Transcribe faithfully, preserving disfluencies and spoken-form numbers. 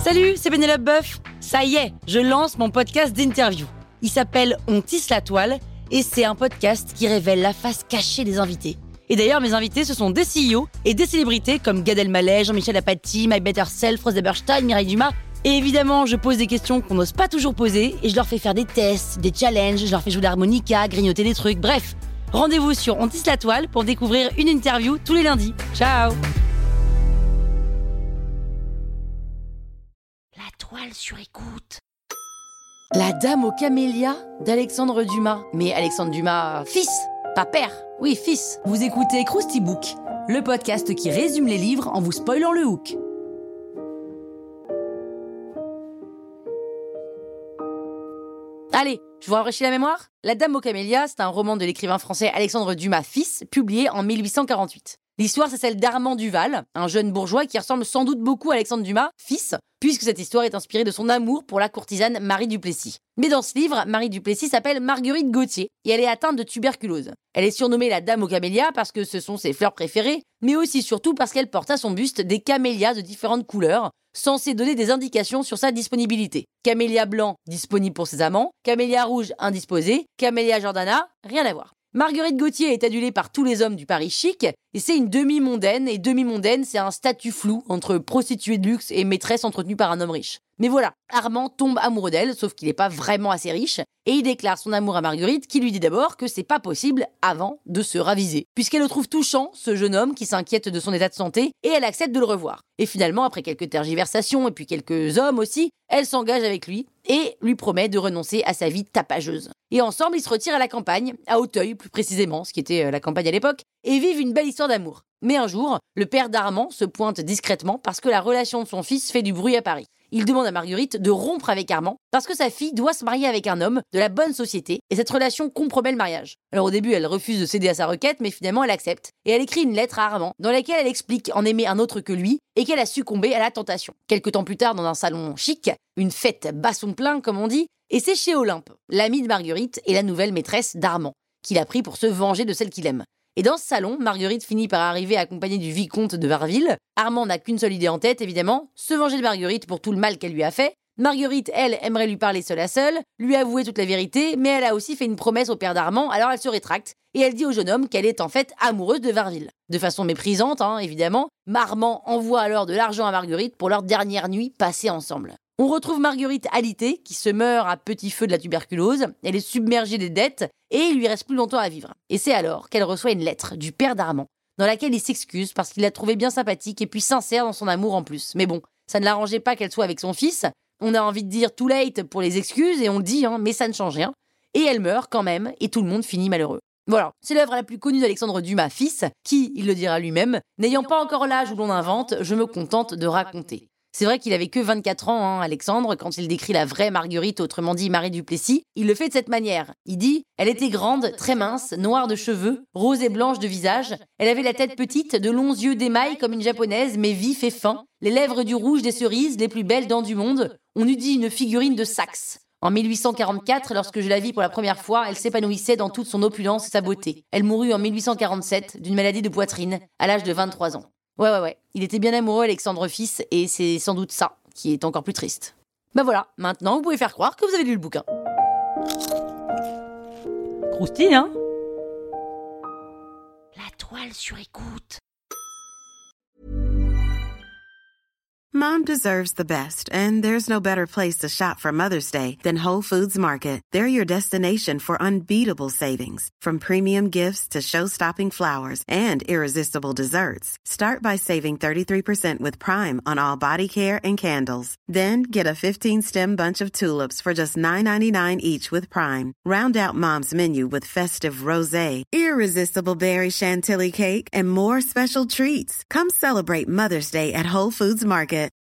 Salut, c'est Pénélope Boeuf. Ça y est, je lance mon podcast d'interview. Il s'appelle On tisse la toile et c'est un podcast qui révèle la face cachée des invités. Et d'ailleurs, mes invités, ce sont des C E O et des célébrités comme Gad Elmaleh, Jean-Michel Apathy, My Better Self, Rose Eberstein, Mireille Dumas. Et évidemment, je pose des questions qu'on n'ose pas toujours poser et je leur fais faire des tests, des challenges, je leur fais jouer de l'harmonica, grignoter des trucs, bref. Rendez-vous sur On tisse la toile pour découvrir une interview tous les lundis. Ciao! La toile sur écoute. La Dame aux camélias d'Alexandre Dumas. Mais Alexandre Dumas, fils, pas père. Oui, fils. Vous écoutez Krusty Book, le podcast qui résume les livres en vous spoilant le hook. Allez, je vous rafraîchis la mémoire. La Dame aux camélias, c'est un roman de l'écrivain français Alexandre Dumas, fils, publié en mille huit cent quarante-huit. L'histoire, c'est celle d'Armand Duval, un jeune bourgeois qui ressemble sans doute beaucoup à Alexandre Dumas, fils, puisque cette histoire est inspirée de son amour pour la courtisane Marie Duplessis. Mais dans ce livre, Marie Duplessis s'appelle Marguerite Gauthier et elle est atteinte de tuberculose. Elle est surnommée la Dame aux camélias parce que ce sont ses fleurs préférées, mais aussi surtout parce qu'elle porte à son buste des camélias de différentes couleurs, censés donner des indications sur sa disponibilité. Camélia blanc, disponible pour ses amants, camélia rouge, indisposé, camélia jordana, rien à voir. Marguerite Gauthier est adulée par tous les hommes du Paris chic, et c'est une demi-mondaine, et demi-mondaine, c'est un statut flou entre prostituée de luxe et maîtresse entretenue par un homme riche. Mais voilà, Armand tombe amoureux d'elle, sauf qu'il n'est pas vraiment assez riche, et il déclare son amour à Marguerite, qui lui dit d'abord que c'est pas possible avant de se raviser, puisqu'elle le trouve touchant, ce jeune homme qui s'inquiète de son état de santé, et elle accepte de le revoir. Et finalement, après quelques tergiversations, et puis quelques hommes aussi, elle s'engage avec lui, et lui promet de renoncer à sa vie tapageuse. Et ensemble, ils se retirent à la campagne, à Auteuil plus précisément, ce qui était la campagne à l'époque, et vivent une belle histoire d'amour. Mais un jour, le père d'Armand se pointe discrètement parce que la relation de son fils fait du bruit à Paris. Il demande à Marguerite de rompre avec Armand parce que sa fille doit se marier avec un homme de la bonne société et cette relation compromet le mariage. Alors au début, elle refuse de céder à sa requête, mais finalement elle accepte et elle écrit une lettre à Armand dans laquelle elle explique en aimer un autre que lui et qu'elle a succombé à la tentation. Quelque temps plus tard, dans un salon chic, une fête basson plein comme on dit, et c'est chez Olympe, l'amie de Marguerite et la nouvelle maîtresse d'Armand, qu'il a pris pour se venger de celle qu'il aime. Et dans ce salon, Marguerite finit par arriver accompagnée du vicomte de Varville. Armand n'a qu'une seule idée en tête, évidemment, se venger de Marguerite pour tout le mal qu'elle lui a fait. Marguerite, elle, aimerait lui parler seule à seule, lui avouer toute la vérité, mais elle a aussi fait une promesse au père d'Armand, alors elle se rétracte, et elle dit au jeune homme qu'elle est en fait amoureuse de Varville. De façon méprisante, hein, évidemment, Armand envoie alors de l'argent à Marguerite pour leur dernière nuit passée ensemble. On retrouve Marguerite alitée, qui se meurt à petit feu de la tuberculose, elle est submergée des dettes, et il lui reste plus longtemps à vivre. Et c'est alors qu'elle reçoit une lettre du père d'Armand, dans laquelle il s'excuse parce qu'il l'a trouvée bien sympathique et puis sincère dans son amour en plus. Mais bon, ça ne l'arrangeait pas qu'elle soit avec son fils, on a envie de dire too late pour les excuses, et on le dit, hein, mais ça ne change rien. Et elle meurt quand même, et tout le monde finit malheureux. Voilà, c'est l'œuvre la plus connue d'Alexandre Dumas, fils, qui, il le dira lui-même, n'ayant pas encore l'âge où l'on invente, je me contente de raconter. C'est vrai qu'il avait que vingt-quatre ans, hein, Alexandre, quand il décrit la vraie Marguerite, autrement dit Marie Duplessis. Il le fait de cette manière. Il dit « Elle était grande, très mince, noire de cheveux, rose et blanche de visage. Elle avait la tête petite, de longs yeux d'émail comme une japonaise, mais vifs et fins. Les lèvres du rouge des cerises, les plus belles dents du monde. On eût dit une figurine de Saxe. En mille huit cent quarante-quatre, lorsque je la vis pour la première fois, elle s'épanouissait dans toute son opulence et sa beauté. Elle mourut en mille huit cent quarante-sept d'une maladie de poitrine, à l'âge de vingt-trois ans. Ouais, ouais, ouais. Il était bien amoureux, Alexandre fils, et c'est sans doute ça qui est encore plus triste. Bah voilà, maintenant vous pouvez faire croire que vous avez lu le bouquin. Croustille, hein? La toile sur écoute. Mom deserves the best, and there's no better place to shop for Mother's Day than Whole Foods Market. They're your destination for unbeatable savings, from premium gifts to show-stopping flowers and irresistible desserts. Start by saving thirty-three percent with Prime on all body care and candles. Then get a fifteen-stem bunch of tulips for just nine ninety-nine each with Prime. Round out Mom's menu with festive rosé, irresistible berry chantilly cake, and more special treats. Come celebrate Mother's Day at Whole Foods Market.